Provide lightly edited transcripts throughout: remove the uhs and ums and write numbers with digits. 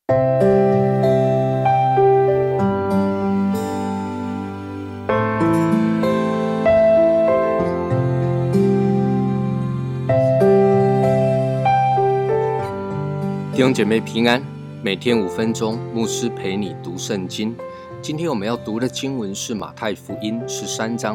弟兄姐妹平安，每天5分钟，牧师陪你读圣经。今天我们要读的经文是马太福音13章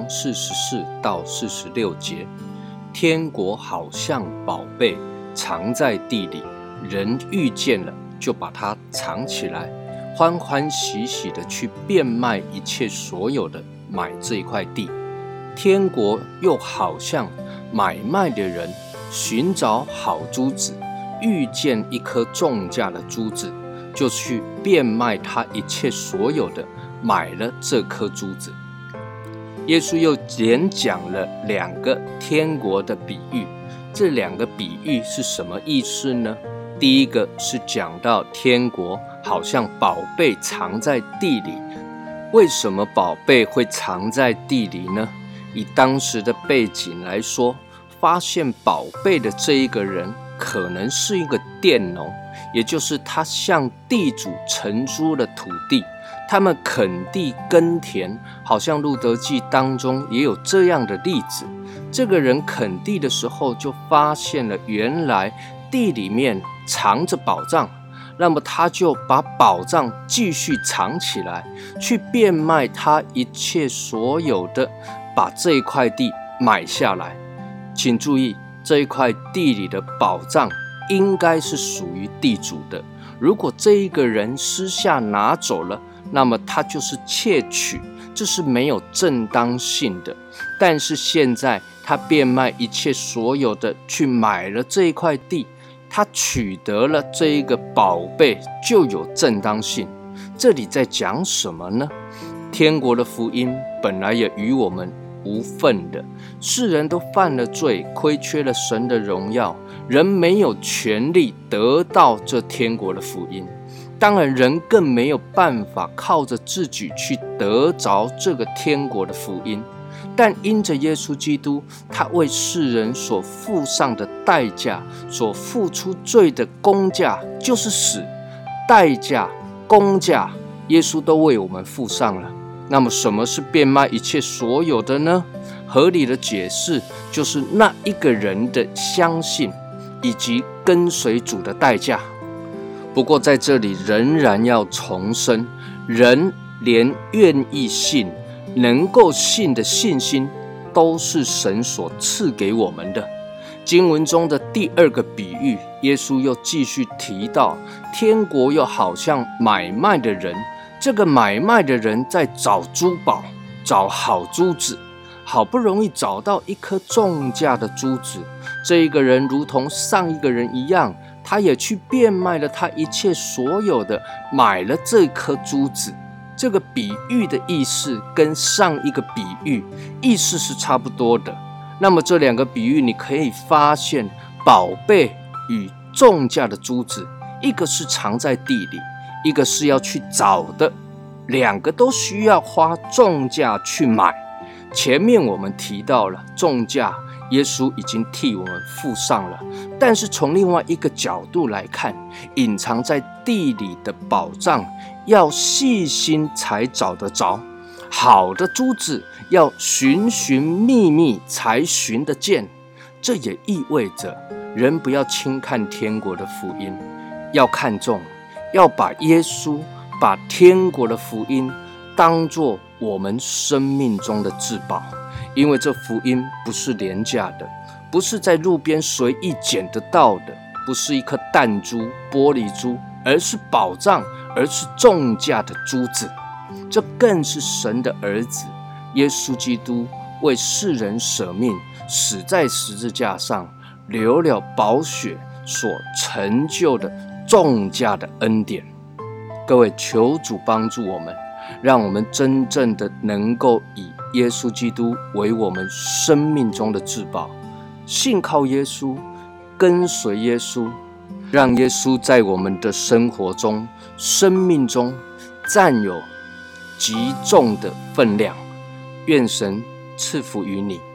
44到46节。天国好像宝贝藏在地里，人遇见了就把它藏起来，欢欢喜喜的去变卖一切所有的，买这一块地。天国又好像买卖的人寻找好珠子，遇见一颗重价的珠子，就去变卖他一切所有的，买了这颗珠子。耶稣又连讲了2个天国的比喻，这2个比喻是什么意思呢？第一个是讲到天国好像宝贝藏在地里。为什么宝贝会藏在地里呢？以当时的背景来说，发现宝贝的这一个人可能是一个佃农，也就是他向地主承租了土地，他们垦地耕田，好像路德记当中也有这样的例子。这个人垦地的时候就发现了原来地里面藏着宝藏，那么他就把宝藏继续藏起来，去变卖他一切所有的，把这一块地买下来。请注意，这一块地里的宝藏应该是属于地主的，如果这一个人私下拿走了，那么他就是窃取，这是没有正当性的。但是现在他变卖一切所有的，去买了这一块地，他取得了这一个宝贝，就有正当性。这里在讲什么呢？天国的福音本来也与我们无份的，世人都犯了罪，亏缺了神的荣耀，人没有权利得到这天国的福音。当然人更没有办法靠着自己去得着这个天国的福音，但因着耶稣基督他为世人所付上的代价，所付出罪的工价就是死，代价工价耶稣都为我们付上了。那么什么是变卖一切所有的呢？合理的解释就是那一个人的相信以及跟随主的代价。不过在这里仍然要重申，人连愿意信、能够信的信心都是神所赐给我们的。经文中的第2个比喻，耶稣又继续提到，天国又好像买卖的人，这个买卖的人在找珠宝，找好珠子，好不容易找到一颗重价的珠子，这一个人如同上一个人一样，他也去变卖了他一切所有的，买了这颗珠子。这个比喻的意思跟上一个比喻意思是差不多的。那么这2个比喻你可以发现，宝贝与重价的珠子，一个是藏在地里，一个是要去找的，2个都需要花重价去买。前面我们提到了重价，耶稣已经替我们付上了，但是从另外一个角度来看，隐藏在地里的宝藏要细心才找得着，好的珠子要寻寻觅觅才寻得见。这也意味着人不要轻看天国的福音，要看重，要把耶稣、把天国的福音当作我们生命中的至宝。因为这福音不是廉价的，不是在路边随意捡得到的，不是一颗弹珠、玻璃珠，而是宝藏，而是重价的珠子。这更是神的儿子耶稣基督为世人舍命，死在十字架上，流了宝血所成就的重价的恩典。各位，求主帮助我们，让我们真正的能够以耶稣基督为我们生命中的至宝，信靠耶稣，跟随耶稣，让耶稣在我们的生活中、生命中占有极重的分量。愿神赐福于你。